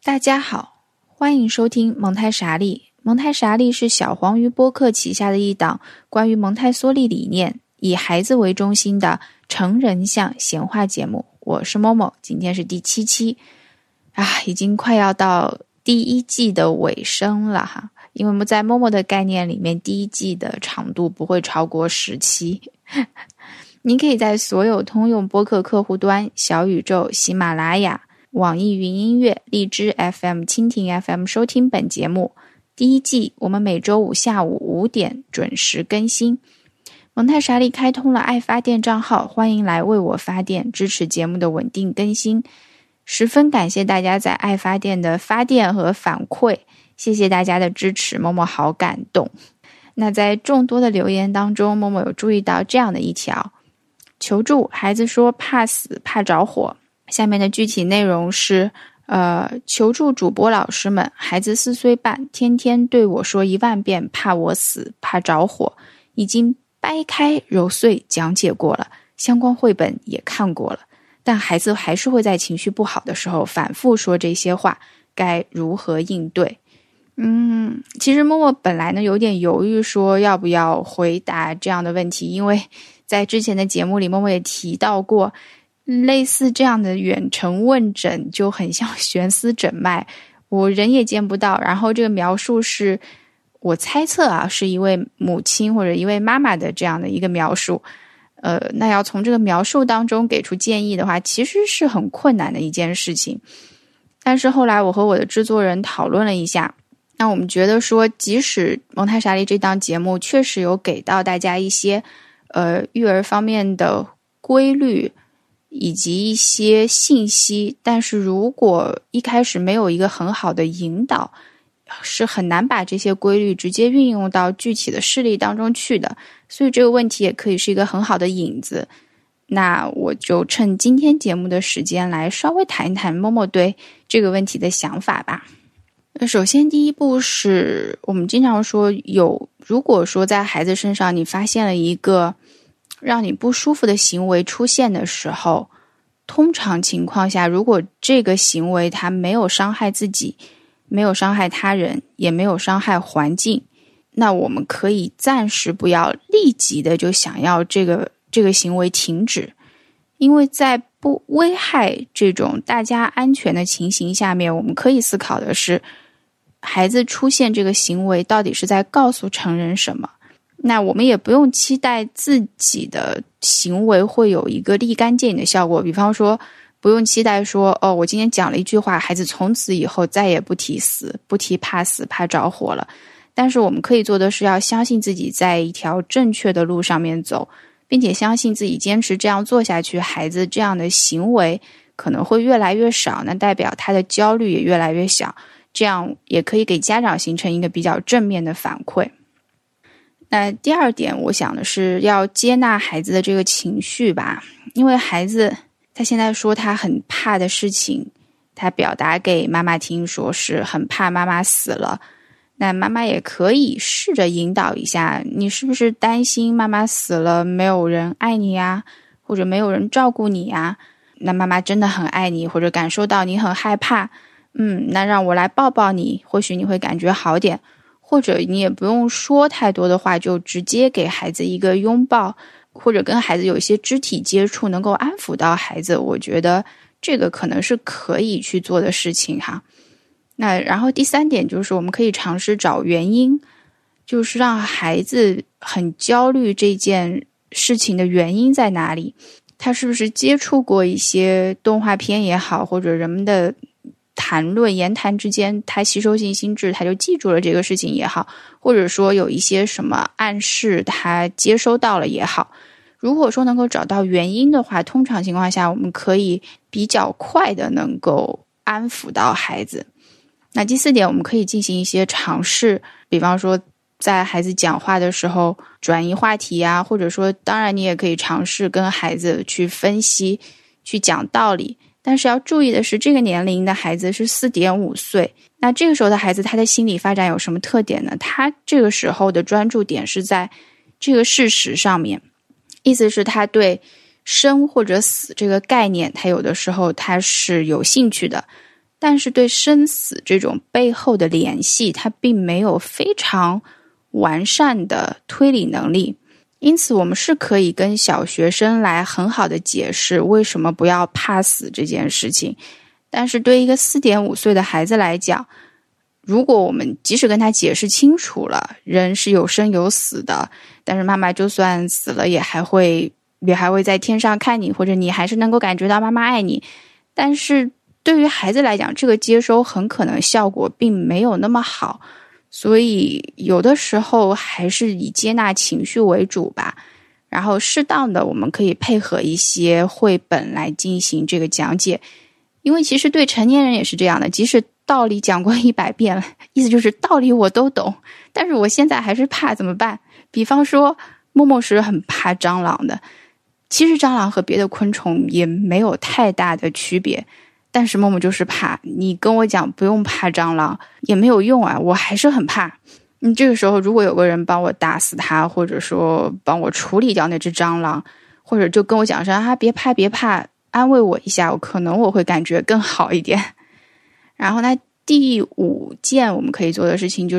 大家好，欢迎收听蒙台傻利。蒙台傻利是小黄鱼播客旗下的一档关于蒙台梭利理念、以孩子为中心的成人向闲话节目。我是 Momo， 今天是第7期已经快要到第1季的尾声了哈。因为在 Momo 的概念里面，第1季的长度不会超过10期。您可以在所有通用播客客户端、小宇宙、喜马拉雅、网易云音乐、荔枝 FM、蜻蜓 FM 收听本节目。第1季我们每周五下午5点准时更新。蒙太傻利开通了爱发电账号，欢迎来为我发电，支持节目的稳定更新。十分感谢大家在爱发电的发电和反馈，谢谢大家的支持，某某好感动。那在众多的留言当中，某某有注意到这样的一条：求助，孩子说怕死怕着火。下面的具体内容是求助主播老师们，孩子4岁半，天天对我说1万遍怕我死怕着火，已经掰开揉碎讲解过了，相关绘本也看过了，但孩子还是会在情绪不好的时候反复说这些话，该如何应对？其实默默本来呢有点犹豫说要不要回答这样的问题，因为在之前的节目里默默也提到过，类似这样的远程问诊就很像悬丝诊脉，我人也见不到，然后这个描述是我猜测是一位母亲或者一位妈妈的这样的一个描述，那要从这个描述当中给出建议的话，其实是很困难的一件事情。但是后来我和我的制作人讨论了一下，那我们觉得说，即使蒙太傻利这档节目确实有给到大家一些育儿方面的规律以及一些信息，但是如果一开始没有一个很好的引导，是很难把这些规律直接运用到具体的事例当中去的，所以这个问题也可以是一个很好的引子。那我就趁今天节目的时间来稍微谈一谈默默对这个问题的想法吧。首先第一步是我们经常说如果说在孩子身上你发现了一个让你不舒服的行为出现的时候，通常情况下，如果这个行为它没有伤害自己，没有伤害他人，也没有伤害环境，那我们可以暂时不要立即的就想要这个行为停止，因为在不危害这种大家安全的情形下面，我们可以思考的是，孩子出现这个行为到底是在告诉成人什么。那我们也不用期待自己的行为会有一个立竿见影的效果，比方说不用期待说我今天讲了一句话，孩子从此以后再也不提死，不提怕死怕着火了。但是我们可以做的是要相信自己在一条正确的路上面走，并且相信自己坚持这样做下去，孩子这样的行为可能会越来越少，那代表他的焦虑也越来越小，这样也可以给家长形成一个比较正面的反馈。那第二点我想的是要接纳孩子的这个情绪吧，因为孩子他现在说他很怕的事情，他表达给妈妈听，说是很怕妈妈死了，那妈妈也可以试着引导一下，你是不是担心妈妈死了没有人爱你啊，或者没有人照顾你啊？那妈妈真的很爱你，或者感受到你很害怕，那让我来抱抱你，或许你会感觉好点。或者你也不用说太多的话，就直接给孩子一个拥抱，或者跟孩子有一些肢体接触，能够安抚到孩子，我觉得这个可能是可以去做的事情哈。那然后第3点就是我们可以尝试找原因，就是让孩子很焦虑这件事情的原因在哪里，他是不是接触过一些动画片也好，或者人们的谈论言谈之间他吸收性心智，他就记住了这个事情也好，或者说有一些什么暗示他接收到了也好，如果说能够找到原因的话，通常情况下我们可以比较快的能够安抚到孩子。那第4点我们可以进行一些尝试，比方说在孩子讲话的时候转移话题啊，或者说当然你也可以尝试跟孩子去分析去讲道理，但是要注意的是这个年龄的孩子是4.5岁，那这个时候的孩子他的心理发展有什么特点呢？他这个时候的专注点是在这个事实上面，意思是他对生或者死这个概念他有的时候他是有兴趣的， 但是对生死这种背后的联系，它并没有非常完善的推理能力。因此我们是可以跟小学生来很好的解释为什么不要怕死这件事情，但是对一个4.5岁的孩子来讲，如果我们即使跟他解释清楚了人是有生有死的，但是妈妈就算死了也还会在天上看你，或者你还是能够感觉到妈妈爱你，但是对于孩子来讲，这个接收很可能效果并没有那么好，所以有的时候还是以接纳情绪为主吧。然后适当的我们可以配合一些绘本来进行这个讲解，因为其实对成年人也是这样的，即使道理讲过100遍了，意思就是道理我都懂，但是我现在还是怕，怎么办？比方说默默是很怕蟑螂的，其实蟑螂和别的昆虫也没有太大的区别，但是默默就是怕，你跟我讲不用怕蟑螂也没有用啊，我还是很怕。这个时候如果有个人帮我打死它，或者说帮我处理掉那只蟑螂，或者就跟我讲说别怕别怕，安慰我一下，可能我会感觉更好一点。然后呢，第5件我们可以做的事情就是，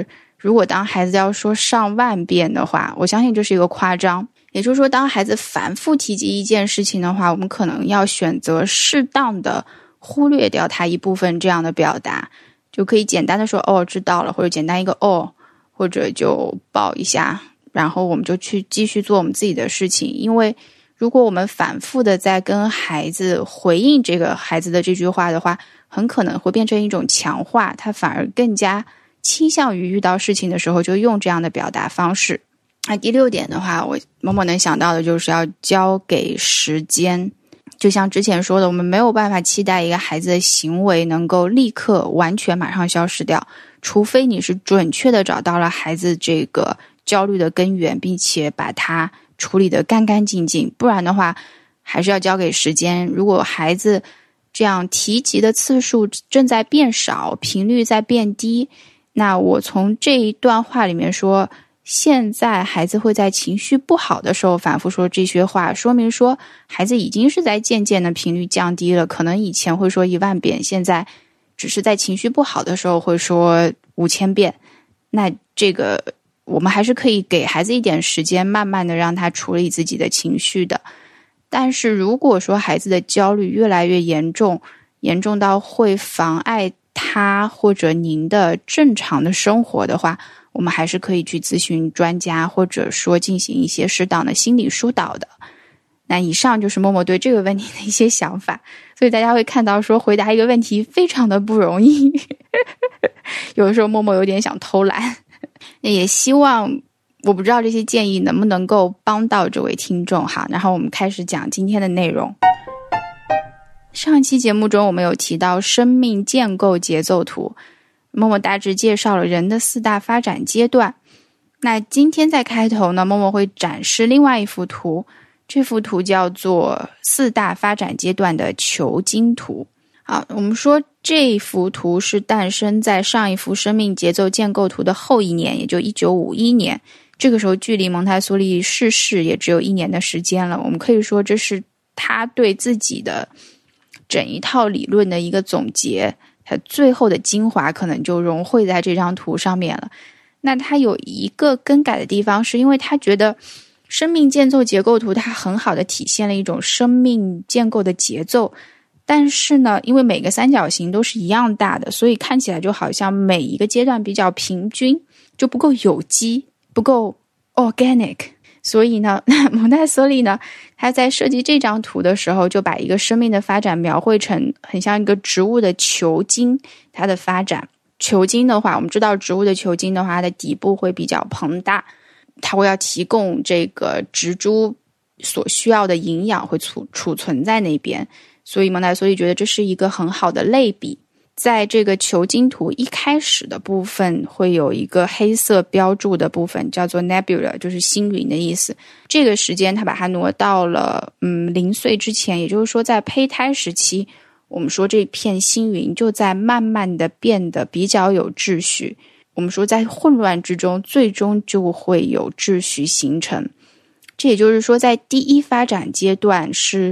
如果当孩子要说上万遍的话，我相信这是一个夸张，也就是说当孩子反复提及一件事情的话，我们可能要选择适当的忽略掉他一部分这样的表达，就可以简单的说哦知道了，或者简单一个哦，或者就抱一下，然后我们就去继续做我们自己的事情。因为如果我们反复的在跟孩子回应这个孩子的这句话的话，很可能会变成一种强化，他反而更加倾向于遇到事情的时候就用这样的表达方式。那第6点的话，我默默能想到的就是要交给时间。就像之前说的，我们没有办法期待一个孩子的行为能够立刻完全马上消失掉，除非你是准确的找到了孩子这个焦虑的根源，并且把它处理得干干净净，不然的话还是要交给时间。如果孩子这样提及的次数正在变少，频率在变低，那我从这一段话里面说，现在孩子会在情绪不好的时候反复说这些话，说明说孩子已经是在渐渐的频率降低了，可能以前会说10000遍，现在只是在情绪不好的时候会说5000遍。那这个我们还是可以给孩子一点时间，慢慢的让他处理自己的情绪的。但是如果说孩子的焦虑越来越严重，严重到会妨碍他或者您的正常的生活的话，我们还是可以去咨询专家，或者说进行一些适当的心理疏导的。那以上就是默默对这个问题的一些想法，所以大家会看到说回答一个问题非常的不容易有的时候默默有点想偷懒也希望我不知道这些建议能不能够帮到这位听众哈。然后我们开始讲今天的内容。上期节目中我们有提到生命建构节奏图，默默大致介绍了人的4大发展阶段。那今天在开头呢，默默会展示另外一幅图，这幅图叫做4大发展阶段的求精图。好，我们说这幅图是诞生在上一幅生命节奏建构图的后一年，也就1951年。这个时候距离蒙台梭利逝世也只有1年的时间了，我们可以说这是他对自己的整一套理论的一个总结，他最后的精华可能就融汇在这张图上面了。那他有一个更改的地方，是因为他觉得生命建构结构图它很好的体现了一种生命建构的节奏，但是呢因为每个三角形都是一样大的，所以看起来就好像每一个阶段比较平均，就不够有机，不够 organic。 所以呢蒙台梭利呢他在设计这张图的时候，就把一个生命的发展描绘成很像一个植物的球茎，它的发展。球茎的话，我们知道植物的球茎的话，它的底部会比较膨大，它会要提供这个植株所需要的营养，会储存在那边，所以蒙台梭利觉得这是一个很好的类比。在这个球茎图一开始的部分会有一个黑色标注的部分，叫做 nebula， 就是星云的意思。这个时间它把它挪到了0岁之前，也就是说在胚胎时期，我们说这片星云就在慢慢的变得比较有秩序，我们说在混乱之中最终就会有秩序形成。这也就是说在第一发展阶段是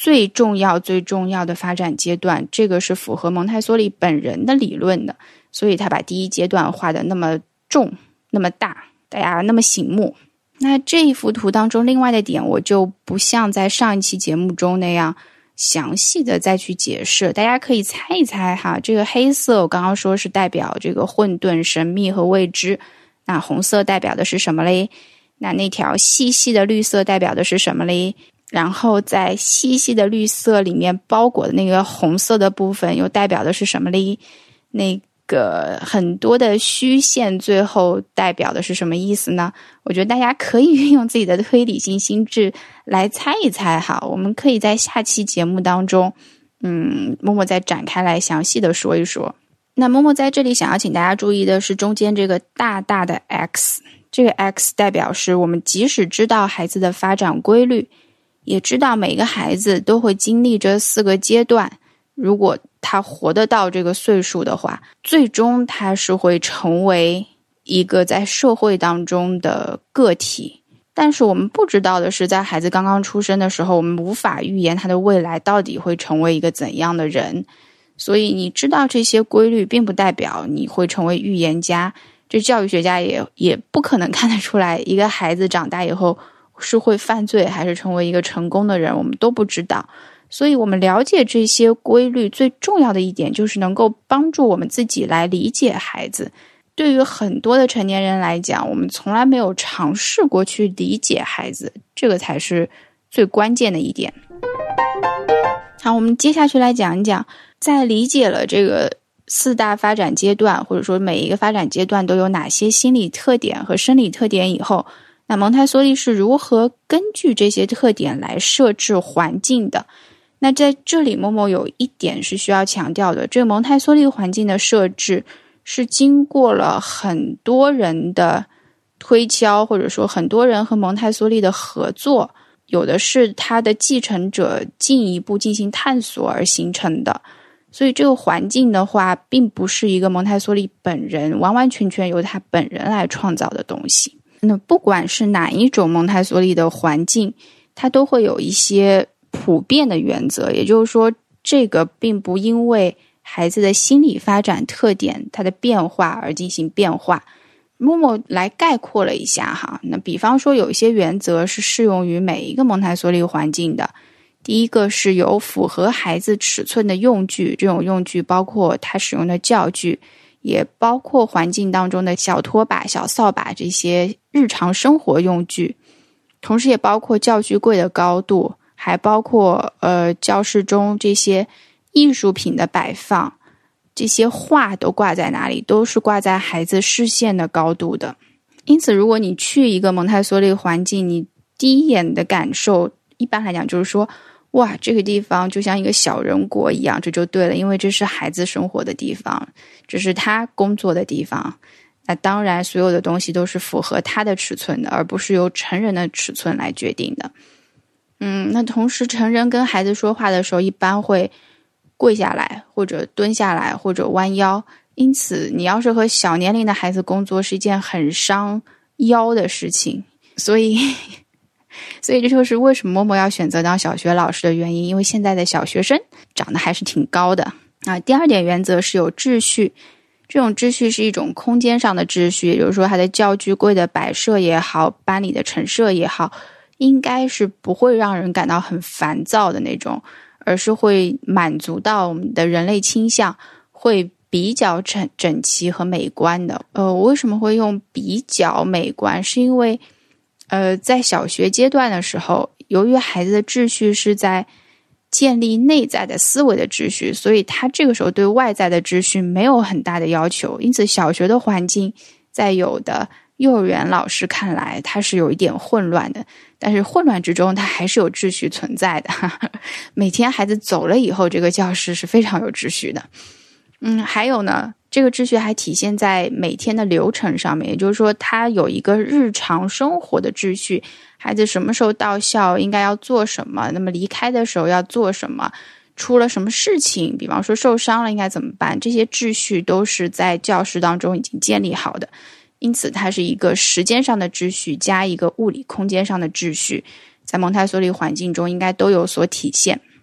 最重要的发展阶段，这个是符合蒙台梭利本人的理论的，所以他把第一阶段画得那么重那么大，大家那么醒目。那这一幅图当中另外的点，我就不像在上一期节目中那样详细的再去解释，大家可以猜一猜哈。这个黑色我刚刚说是代表这个混沌、神秘和未知，那红色代表的是什么嘞？那条细细的绿色代表的是什么嘞？然后在细细的绿色里面包裹的那个红色的部分又代表的是什么嘞？那个很多的虚线最后代表的是什么意思呢？我觉得大家可以运用自己的推理性心智来猜一猜哈。我们可以在下期节目当中默默再展开来详细的说一说。那默默在这里想要请大家注意的是中间这个大大的 X， 这个 X 代表是我们即使知道孩子的发展规律，也知道每个孩子都会经历这4个阶段，如果他活得到这个岁数的话，最终他是会成为一个在社会当中的个体。但是我们不知道的是，在孩子刚刚出生的时候，我们无法预言他的未来到底会成为一个怎样的人。所以你知道这些规律并不代表你会成为预言家，这教育学家也不可能看得出来一个孩子长大以后是会犯罪还是成为一个成功的人，我们都不知道。所以我们了解这些规律最重要的一点就是能够帮助我们自己来理解孩子。对于很多的成年人来讲，我们从来没有尝试过去理解孩子，这个才是最关键的一点。好，我们接下去来讲一讲，在理解了这个4大发展阶段，或者说每一个发展阶段都有哪些心理特点和生理特点以后，那蒙台梭利是如何根据这些特点来设置环境的。那在这里默默有一点是需要强调的，这个蒙台梭利环境的设置是经过了很多人的推敲，或者说很多人和蒙台梭利的合作，有的是他的继承者进一步进行探索而形成的。所以这个环境的话并不是一个蒙台梭利本人完完全全由他本人来创造的东西。那不管是哪一种蒙台梭利的环境，它都会有一些普遍的原则，也就是说这个并不因为孩子的心理发展特点它的变化而进行变化。默默来概括了一下哈，那比方说有一些原则是适用于每一个蒙台梭利环境的。第一个是有符合孩子尺寸的用具，这种用具包括他使用的教具，也包括环境当中的小拖把、小扫把这些日常生活用具，同时也包括教具柜的高度，还包括教室中这些艺术品的摆放，这些画都挂在哪里，都是挂在孩子视线的高度的。因此如果你去一个蒙台梭利环境，你第一眼的感受一般来讲就是说，哇，这个地方就像一个小人国一样，这就对了，因为这是孩子生活的地方，这是他工作的地方。那当然所有的东西都是符合他的尺寸的，而不是由成人的尺寸来决定的。那同时成人跟孩子说话的时候一般会跪下来或者蹲下来或者弯腰，因此你要是和小年龄的孩子工作是一件很伤腰的事情。所以这就是为什么默默要选择当小学老师的原因，因为现在的小学生长得还是挺高的。第二点原则是有秩序，这种秩序是一种空间上的秩序，也就是说他的教具柜的摆设也好，班里的陈设也好，应该是不会让人感到很烦躁的那种，而是会满足到我们的人类倾向，会比较整齐和美观的。我为什么会用比较美观，是因为在小学阶段的时候，由于孩子的秩序是在建立内在的思维的秩序，所以他这个时候对外在的秩序没有很大的要求，因此小学的环境在有的幼儿园老师看来它是有一点混乱的，但是混乱之中它还是有秩序存在的。每天孩子走了以后，这个教室是非常有秩序的。还有呢，这个秩序还体现在每天的流程上面，也就是说它有一个日常生活的秩序，孩子什么时候到校应该要做什么，那么离开的时候要做什么，出了什么事情，比方说受伤了应该怎么办，这些秩序都是在教室当中已经建立好的。因此它是一个时间上的秩序加一个物理空间上的秩序，在蒙台梭利环境中应该都有所体现。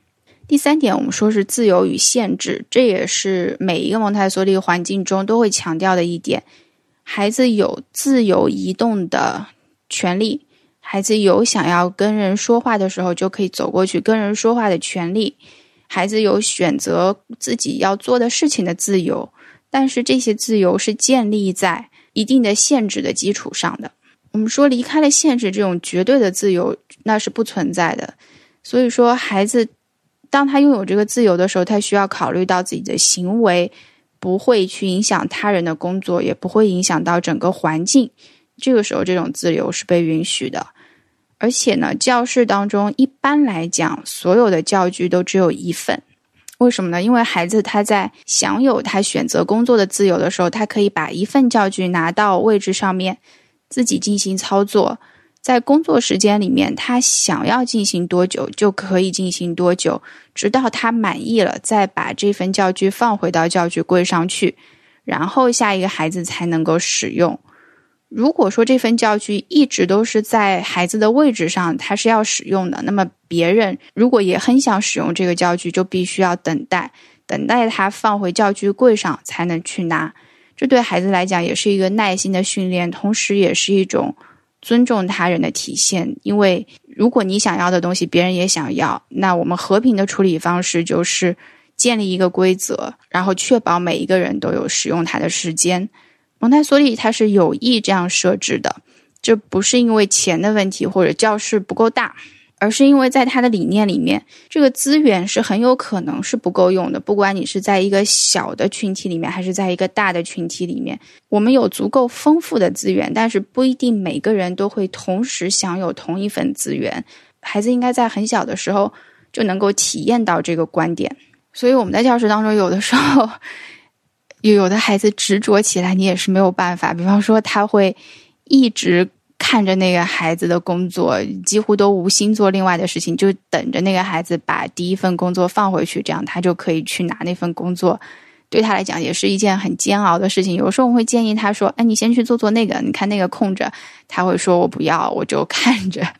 第3点我们说是自由与限制，这也是每一个蒙台梭利环境中都会强调的一点。孩子有自由移动的权利，孩子有想要跟人说话的时候就可以走过去跟人说话的权利，孩子有选择自己要做的事情的自由，但是这些自由是建立在一定的限制的基础上的。我们说离开了限制，这种绝对的自由那是不存在的。所以说孩子当他拥有这个自由的时候，他需要考虑到自己的行为不会去影响他人的工作，也不会影响到整个环境，这个时候这种自由是被允许的。而且呢，教室当中一般来讲所有的教具都只有一份。为什么呢？因为孩子他在享有他选择工作的自由的时候，他可以把一份教具拿到位置上面自己进行操作，在工作时间里面他想要进行多久就可以进行多久，直到他满意了再把这份教具放回到教具柜上去，然后下一个孩子才能够使用。如果说这份教具一直都是在孩子的位置上，他是要使用的，那么别人如果也很想使用这个教具，就必须要等待他放回教具柜上才能去拿。这对孩子来讲也是一个耐心的训练，同时也是一种尊重他人的体现。因为如果你想要的东西别人也想要，那我们和平的处理方式就是建立一个规则，然后确保每一个人都有使用它的时间。蒙台梭利他是有意这样设置的，这不是因为钱的问题或者教室不够大，而是因为在他的理念里面，这个资源是很有可能是不够用的，不管你是在一个小的群体里面还是在一个大的群体里面，我们有足够丰富的资源，但是不一定每个人都会同时享有同一份资源。孩子应该在很小的时候就能够体验到这个观点。所以我们在教室当中有的时候有的孩子执着起来你也是没有办法，比方说他会一直看着那个孩子的工作，几乎都无心做另外的事情，就等着那个孩子把第一份工作放回去，这样他就可以去拿那份工作。对他来讲也是一件很煎熬的事情。有时候我会建议他说，你先去做那个，你看那个空着，他会说我不要，我就看着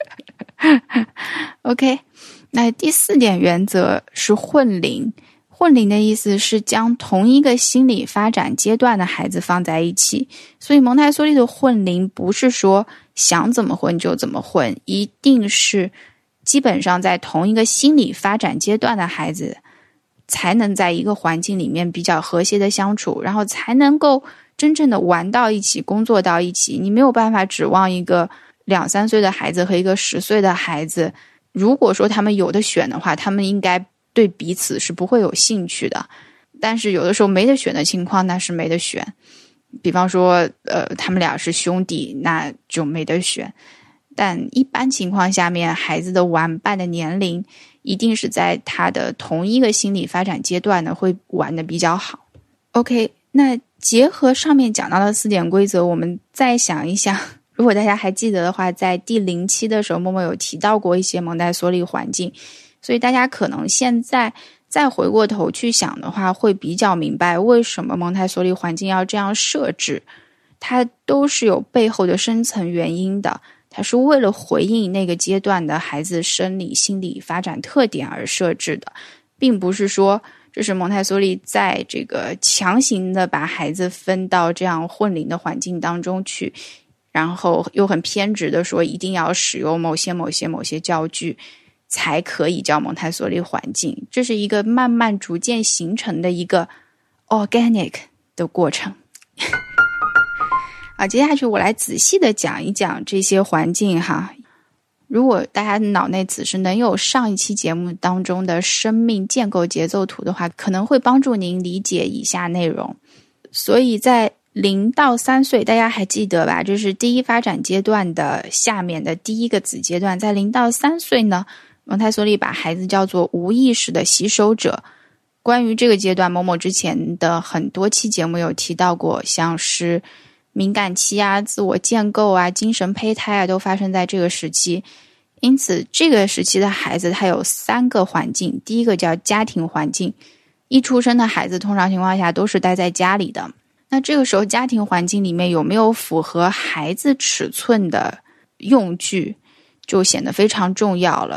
OK， 那第4点原则是混龄。混龄的意思是将同一个心理发展阶段的孩子放在一起，所以蒙台梭利的混龄不是说想怎么混就怎么混，一定是基本上在同一个心理发展阶段的孩子才能在一个环境里面比较和谐的相处，然后才能够真正的玩到一起，工作到一起。你没有办法指望一个2-3岁的孩子和一个10岁的孩子，如果说他们有的选的话，他们应该对彼此是不会有兴趣的。但是有的时候没得选的情况那是没得选，比方说他们俩是兄弟，那就没得选。但一般情况下面，孩子的玩伴的年龄一定是在他的同一个心理发展阶段呢，会玩得比较好。 OK， 那结合上面讲到的4点规则，我们再想一想，如果大家还记得的话，在第0期的时候默默有提到过一些蒙台梭利环境，所以大家可能现在再回过头去想的话，会比较明白为什么蒙台梭利环境要这样设置，它都是有背后的深层原因的，它是为了回应那个阶段的孩子生理心理发展特点而设置的，并不是说这是蒙台梭利在这个强行的把孩子分到这样混龄的环境当中去，然后又很偏执的说一定要使用某些教具才可以叫蒙台梭利环境。这是一个慢慢逐渐形成的一个 organic 的过程接下去我来仔细的讲一讲这些环境哈。如果大家脑内此时能有上一期节目当中的生命建构节奏图的话，可能会帮助您理解以下内容。所以在0到3岁，大家还记得吧？这是第一发展阶段的下面的第一个子阶段。在0到3岁呢，蒙台梭利把孩子叫做无意识的吸收者。关于这个阶段，某某之前的很多期节目有提到过，像是敏感期啊、自我建构啊、精神胚胎啊，都发生在这个时期。因此这个时期的孩子他有3个环境。第一个叫家庭环境，一出生的孩子通常情况下都是待在家里的，那这个时候家庭环境里面有没有符合孩子尺寸的用具就显得非常重要了。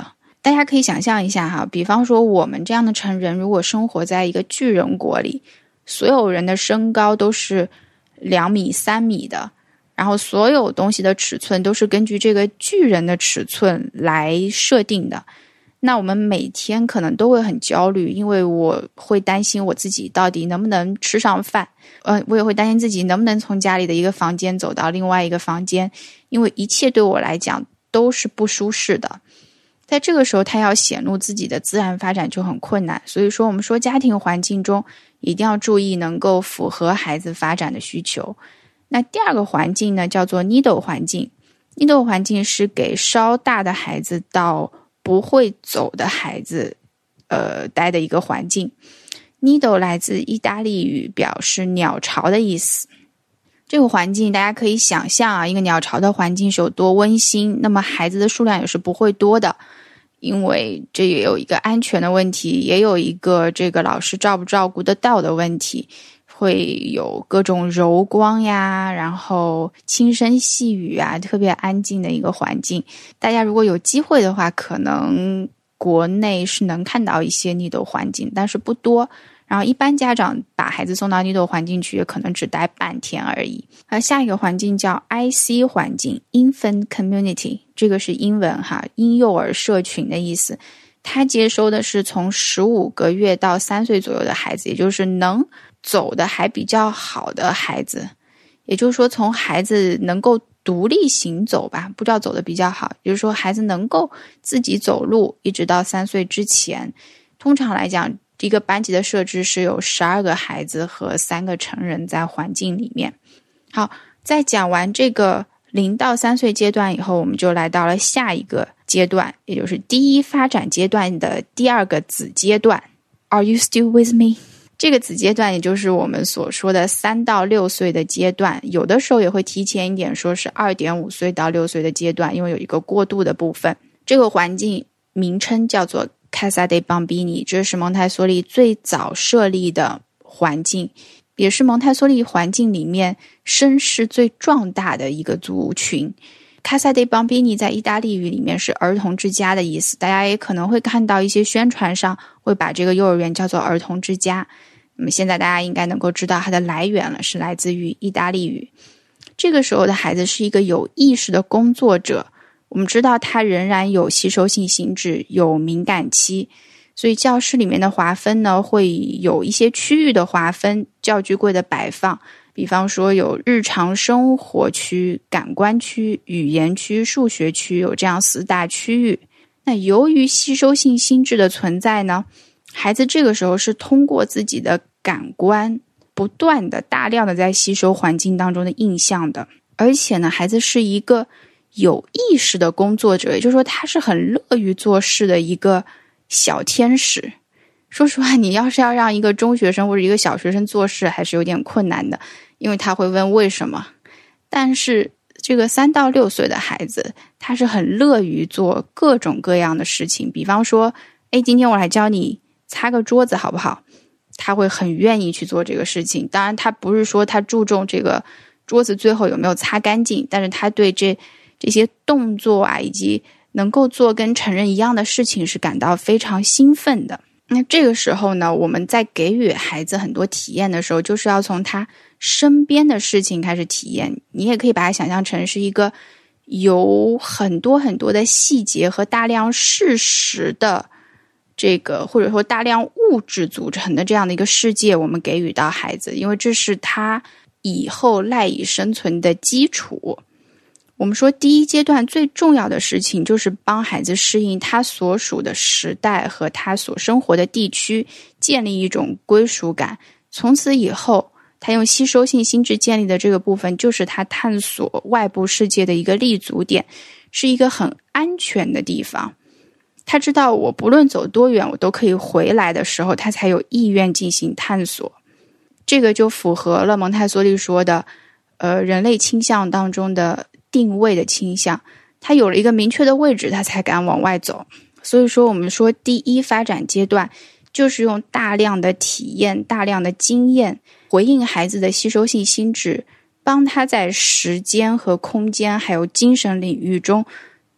大家可以想象一下哈，比方说我们这样的成人如果生活在一个巨人国里，所有人的身高都是2米3米的，然后所有东西的尺寸都是根据这个巨人的尺寸来设定的，那我们每天可能都会很焦虑，因为我会担心我自己到底能不能吃上饭，我也会担心自己能不能从家里的一个房间走到另外一个房间，因为一切对我来讲都是不舒适的。在这个时候他要显露自己的自然发展就很困难，所以说我们说家庭环境中一定要注意能够符合孩子发展的需求。那第二个环境呢，叫做 Nido 环境。Nido 环境是给稍大的孩子到不会走的孩子待的一个环境。Nido 来自意大利语，表示鸟巢的意思。这个环境大家可以想象啊，一个鸟巢的环境是有多温馨，那么孩子的数量也是不会多的，因为这也有一个安全的问题，也有一个这个老师照不照顾得到的问题，会有各种柔光呀，然后轻声细语啊，特别安静的一个环境。大家如果有机会的话，可能国内是能看到一些Nido环境，但是不多。然后一般家长把孩子送到Nido环境去，也可能只待半天而已。下一个环境叫 IC 环境 Infant Community， 这个是英文哈，婴幼儿社群的意思。它接收的是从15个月到3岁左右的孩子，也就是能走的还比较好的孩子，也就是说从孩子能够独立行走吧，不知道走的比较好，也就是说孩子能够自己走路一直到3岁之前。通常来讲，一个班级的设置是有12个孩子和3个成人在环境里面。好，在讲完这个0到3岁阶段以后，我们就来到了下一个阶段，也就是第一发展阶段的第2个子阶段。 Are you still with me？ 这个子阶段也就是我们所说的3到6岁的阶段，有的时候也会提前一点说是 2.5 岁到6岁的阶段，因为有一个过渡的部分。这个环境名称叫做Casa dei Bambini， 这是蒙台梭利最早设立的环境，也是蒙台梭利环境里面声势最壮大的一个族群。Casa dei Bambini 在意大利语里面是儿童之家的意思，大家也可能会看到一些宣传上会把这个幼儿园叫做儿童之家。那么现在大家应该能够知道它的来源了，是来自于意大利语。这个时候的孩子是一个有意识的工作者，我们知道他仍然有吸收性心智，有敏感期，所以教室里面的划分呢，会有一些区域的划分，教具柜的摆放，比方说有日常生活区、感官区、语言区、数学区，有这样4大区域。那由于吸收性心智的存在呢，孩子这个时候是通过自己的感官不断的大量的在吸收环境当中的印象的，而且呢，孩子是一个有意识的工作者，也就是说他是很乐于做事的一个小天使。说实话，你要是要让一个中学生或者一个小学生做事还是有点困难的，因为他会问为什么。但是这个3到6岁的孩子，他是很乐于做各种各样的事情，比方说今天我来教你擦个桌子好不好，他会很愿意去做这个事情。当然他不是说他注重这个桌子最后有没有擦干净，但是他对这些动作啊，以及能够做跟成人一样的事情是感到非常兴奋的。那这个时候呢，我们在给予孩子很多体验的时候，就是要从他身边的事情开始体验。你也可以把它想象成是一个有很多很多的细节和大量事实的这个，或者说大量物质组成的这样的一个世界，我们给予到孩子，因为这是他以后赖以生存的基础。我们说第一阶段最重要的事情就是帮孩子适应他所属的时代和他所生活的地区，建立一种归属感。从此以后，他用吸收性心智建立的这个部分，就是他探索外部世界的一个立足点，是一个很安全的地方。他知道我不论走多远，我都可以回来的时候，他才有意愿进行探索。这个就符合了蒙台梭利说的人类倾向当中的定位的倾向，他有了一个明确的位置，他才敢往外走。所以说我们说第一发展阶段就是用大量的体验、大量的经验回应孩子的吸收性心智，帮他在时间和空间还有精神领域中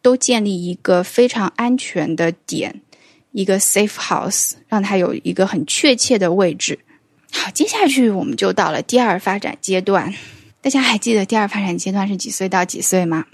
都建立一个非常安全的点，一个 safe house， 让它有一个很确切的位置。好，接下去我们就到了第二发展阶段。大家还记得第二发展阶段是几岁到几岁吗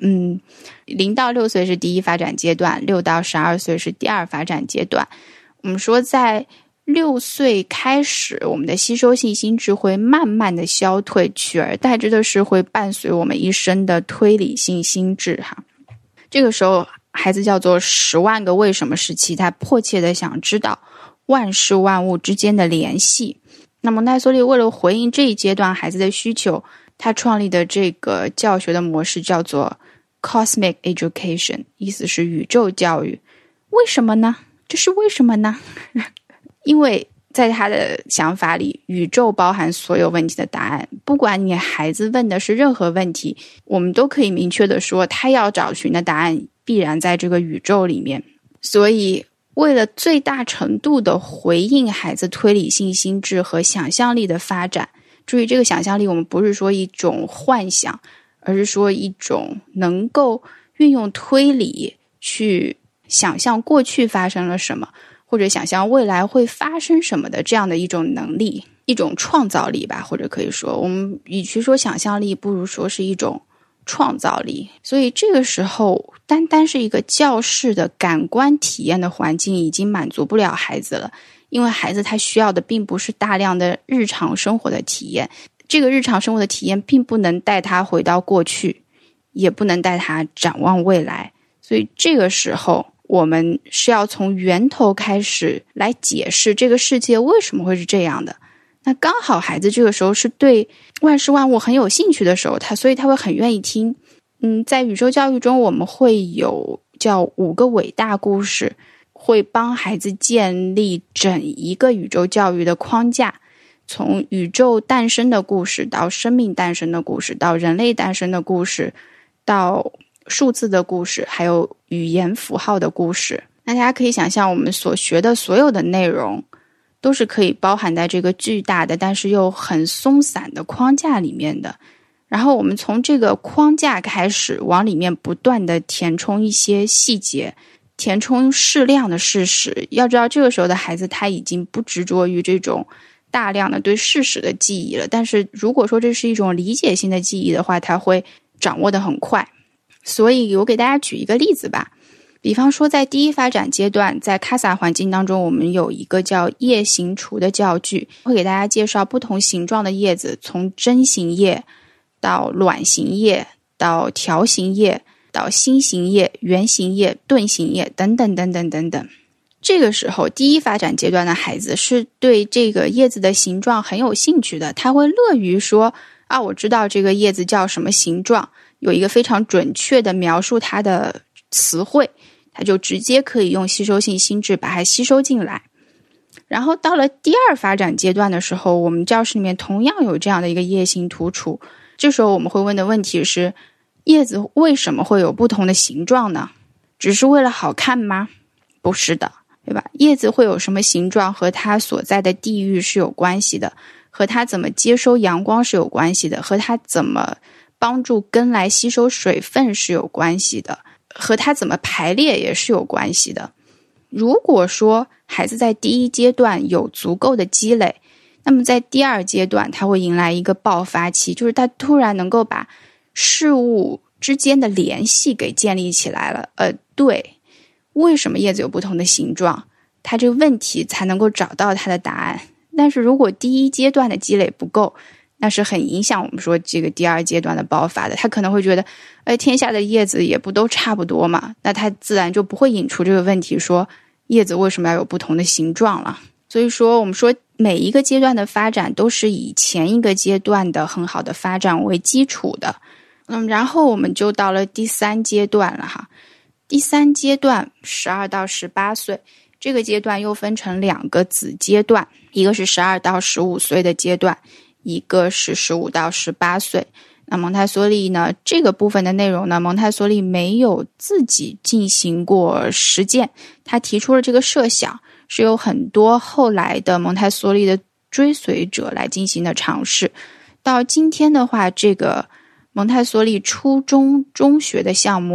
？0到6岁是第一发展阶段，6到12岁是第二发展阶段。我们说在6岁开始，我们的吸收性心智会慢慢的消退，取而代之的是会伴随我们一生的推理性心智哈。这个时候孩子叫做10万个为什么时期，他迫切的想知道万事万物之间的联系。那蒙台梭利为了回应这一阶段孩子的需求，他创立的这个教学的模式叫做 Cosmic Education， 意思是宇宙教育。为什么呢？这是为什么呢？因为在他的想法里，宇宙包含所有问题的答案，不管你孩子问的是任何问题，我们都可以明确的说他要找寻的答案必然在这个宇宙里面。所以为了最大程度的回应孩子推理性心智和想象力的发展，注意这个想象力我们不是说一种幻想，而是说一种能够运用推理去想象过去发生了什么，或者想象未来会发生什么的这样的一种能力，一种创造力吧，或者可以说我们与其说想象力，不如说是一种创造力。所以这个时候单单是一个教室的感官体验的环境已经满足不了孩子了，因为孩子他需要的并不是大量的日常生活的体验，这个日常生活的体验并不能带他回到过去，也不能带他展望未来。所以这个时候我们是要从源头开始来解释这个世界为什么会是这样的。那刚好孩子这个时候是对万事万物很有兴趣的时候，所以他会很愿意听。在宇宙教育中我们会有叫5个伟大故事，会帮孩子建立整一个宇宙教育的框架，从宇宙诞生的故事到生命诞生的故事，到人类诞生的故事，到数字的故事，还有语言符号的故事。那大家可以想象我们所学的所有的内容都是可以包含在这个巨大的但是又很松散的框架里面的，然后我们从这个框架开始往里面不断的填充一些细节，填充适量的事实。要知道这个时候的孩子他已经不执着于这种大量的对事实的记忆了，但是如果说这是一种理解性的记忆的话，他会掌握得很快。所以我给大家举一个例子吧，比方说在第一发展阶段，在 CASA 环境当中，我们有一个叫叶形橱的教具，会给大家介绍不同形状的叶子，从针形叶到卵形叶到条形叶到心形叶、圆形叶、盾形叶等等等等等等。这个时候第一发展阶段的孩子是对这个叶子的形状很有兴趣的，他会乐于说我知道这个叶子叫什么形状，有一个非常准确的描述它的词汇，他就直接可以用吸收性心智把它吸收进来。然后到了第二发展阶段的时候，我们教室里面同样有这样的一个叶形图橱，这时候我们会问的问题是，叶子为什么会有不同的形状呢？只是为了好看吗？不是的，对吧？叶子会有什么形状和它所在的地域是有关系的，和它怎么接收阳光是有关系的，和它怎么帮助根来吸收水分是有关系的，和它怎么排列也是有关系的。如果说孩子在第一阶段有足够的积累，那么在第二阶段他会迎来一个爆发期，就是他突然能够把事物之间的联系给建立起来了。对，为什么叶子有不同的形状，他这个问题才能够找到他的答案。但是如果第一阶段的积累不够，那是很影响我们说这个第二阶段的爆发的。他可能会觉得天下的叶子也不都差不多嘛，那他自然就不会引出这个问题，说叶子为什么要有不同的形状了。所以说我们说每一个阶段的发展都是以前一个阶段的很好的发展为基础的。然后我们就到了第三阶段了哈。第三阶段12到18岁，这个阶段又分成2个子阶段，一个是12到15岁的阶段，一个是15到18岁。那蒙台梭利呢，这个部分的内容呢，蒙台梭利没有自己进行过实践，他提出了这个设想，是有很多后来的蒙台梭利的追随者来进行的尝试。到今天的话，这个蒙台梭利初中中学的项目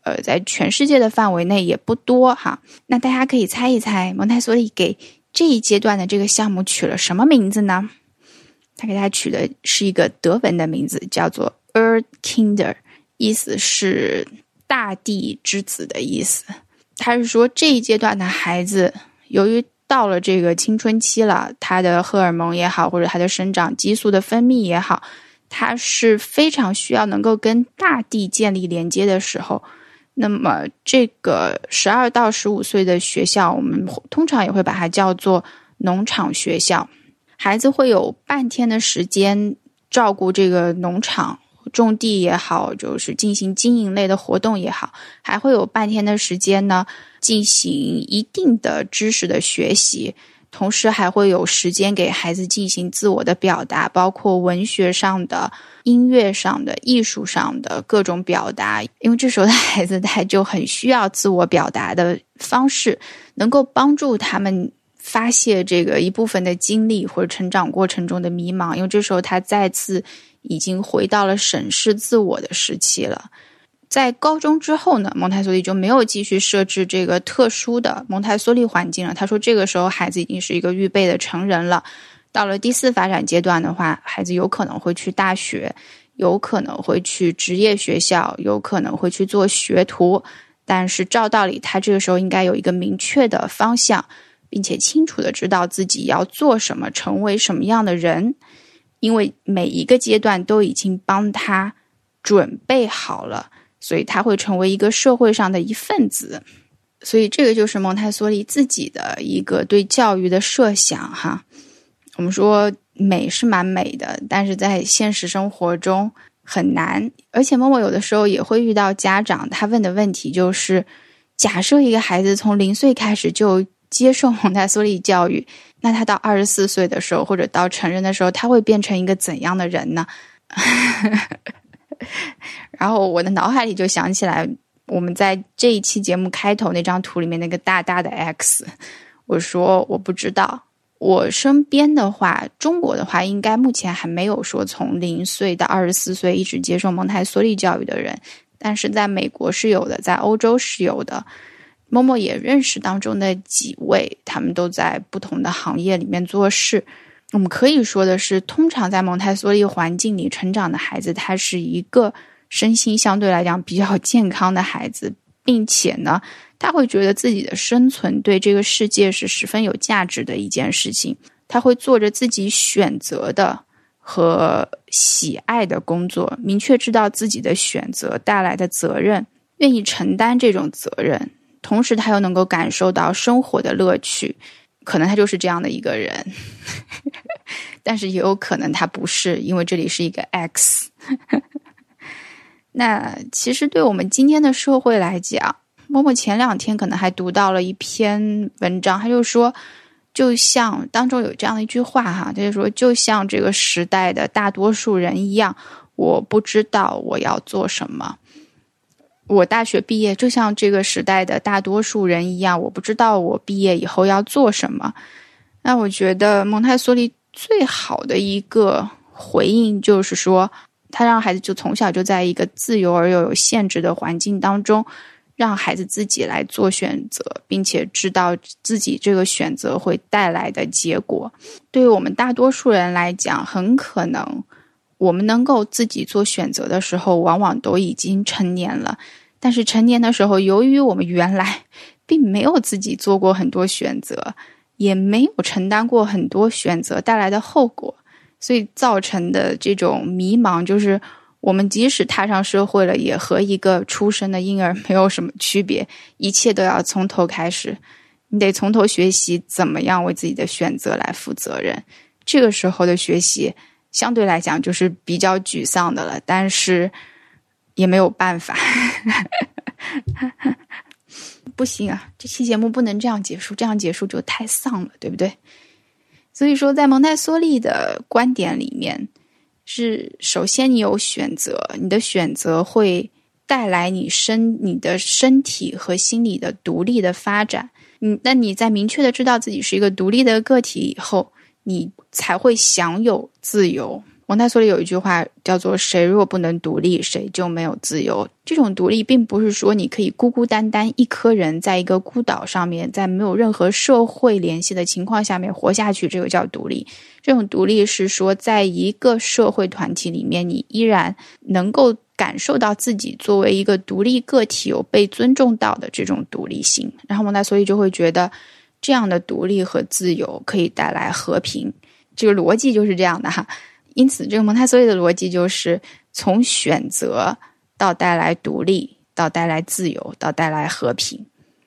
在全世界的范围内也不多哈。那大家可以猜一猜，蒙台梭利给这一阶段的这个项目取了什么名字呢？他给他取的是一个德文的名字，叫做 Erdkinder， 意思是大地之子的意思。他是说这一阶段的孩子由于到了这个青春期了，他的荷尔蒙也好，或者他的生长激素的分泌也好，他是非常需要能够跟大地建立连接的时候。那么这个12到15岁的学校，我们通常也会把它叫做农场学校。孩子会有半天的时间照顾这个农场，种地也好，就是进行经营类的活动也好，还会有半天的时间呢进行一定的知识的学习，同时还会有时间给孩子进行自我的表达，包括文学上的、音乐上的、艺术上的各种表达。因为这时候的孩子他就很需要自我表达的方式，能够帮助他们发泄这个一部分的经历或者成长过程中的迷茫，因为这时候他再次已经回到了审视自我的时期了。在高中之后呢，蒙台梭利就没有继续设置这个特殊的蒙台梭利环境了。他说这个时候孩子已经是一个预备的成人了，到了第4发展阶段的话，孩子有可能会去大学，有可能会去职业学校，有可能会去做学徒，但是照道理他这个时候应该有一个明确的方向，并且清楚的知道自己要做什么，成为什么样的人，因为每一个阶段都已经帮他准备好了，所以他会成为一个社会上的一份子。所以这个就是蒙台梭利自己的一个对教育的设想哈。我们说美是蛮美的，但是在现实生活中很难。而且默默有的时候也会遇到家长，他问的问题就是，假设一个孩子从0岁开始就接受蒙台梭利教育，那他到24岁的时候或者到成人的时候，他会变成一个怎样的人呢？然后我的脑海里就想起来我们在这一期节目开头那张图里面那个大大的 X。 我说我不知道，我身边的话，中国的话应该目前还没有说从0岁到24岁一直接受蒙台梭利教育的人，但是在美国是有的，在欧洲是有的。默默也认识当中的几位，他们都在不同的行业里面做事。我们可以说的是，通常在蒙台梭利环境里成长的孩子，他是一个身心相对来讲比较健康的孩子，并且呢，他会觉得自己的生存对这个世界是十分有价值的一件事情。他会做着自己选择的和喜爱的工作，明确知道自己的选择带来的责任，愿意承担这种责任，同时他又能够感受到生活的乐趣。可能他就是这样的一个人但是也有可能他不是，因为这里是一个 X 那其实对我们今天的社会来讲，默默前2天可能还读到了一篇文章，他就说，就像当中有这样的一句话哈，他就说，就像这个时代的大多数人一样，我不知道我要做什么。我大学毕业就像这个时代的大多数人一样，我不知道我毕业以后要做什么。那我觉得蒙台梭利最好的一个回应就是说，他让孩子就从小就在一个自由而又有限制的环境当中，让孩子自己来做选择，并且知道自己这个选择会带来的结果。对于我们大多数人来讲，很可能我们能够自己做选择的时候，往往都已经成年了。但是成年的时候，由于我们原来并没有自己做过很多选择，也没有承担过很多选择带来的后果，所以造成的这种迷茫，就是我们即使踏上社会了，也和一个出生的婴儿没有什么区别，一切都要从头开始，你得从头学习怎么样为自己的选择来负责任。这个时候的学习相对来讲就是比较沮丧的了，但是也没有办法不行啊，这期节目不能这样结束，这样结束就太丧了，对不对？所以说在蒙台梭利的观点里面，是首先你有选择，你的选择会带来你的身体和心理的独立的发展。那你在明确的知道自己是一个独立的个体以后，你才会享有自由。 蒙台梭利有一句话叫做谁若不能独立，谁就没有自由。这种独立并不是说你可以孤孤单单一颗人在一个孤岛上面，在没有任何社会联系的情况下面活下去，这个叫独立。这种独立是说在一个社会团体里面，你依然能够感受到自己作为一个独立个体有被尊重到的这种独立性。然后蒙台梭利就会觉得这样的独立和自由可以带来和平，这个逻辑就是这样的哈。因此这个蒙台梭利的逻辑就是从选择到带来独立，到带来自由，到带来和平。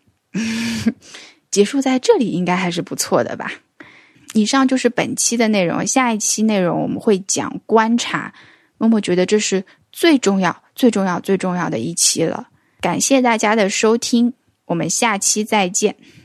结束在这里应该还是不错的吧。以上就是本期的内容，下一期内容我们会讲观察。默默觉得这是最重要的一期了。感谢大家的收听，我们下期再见。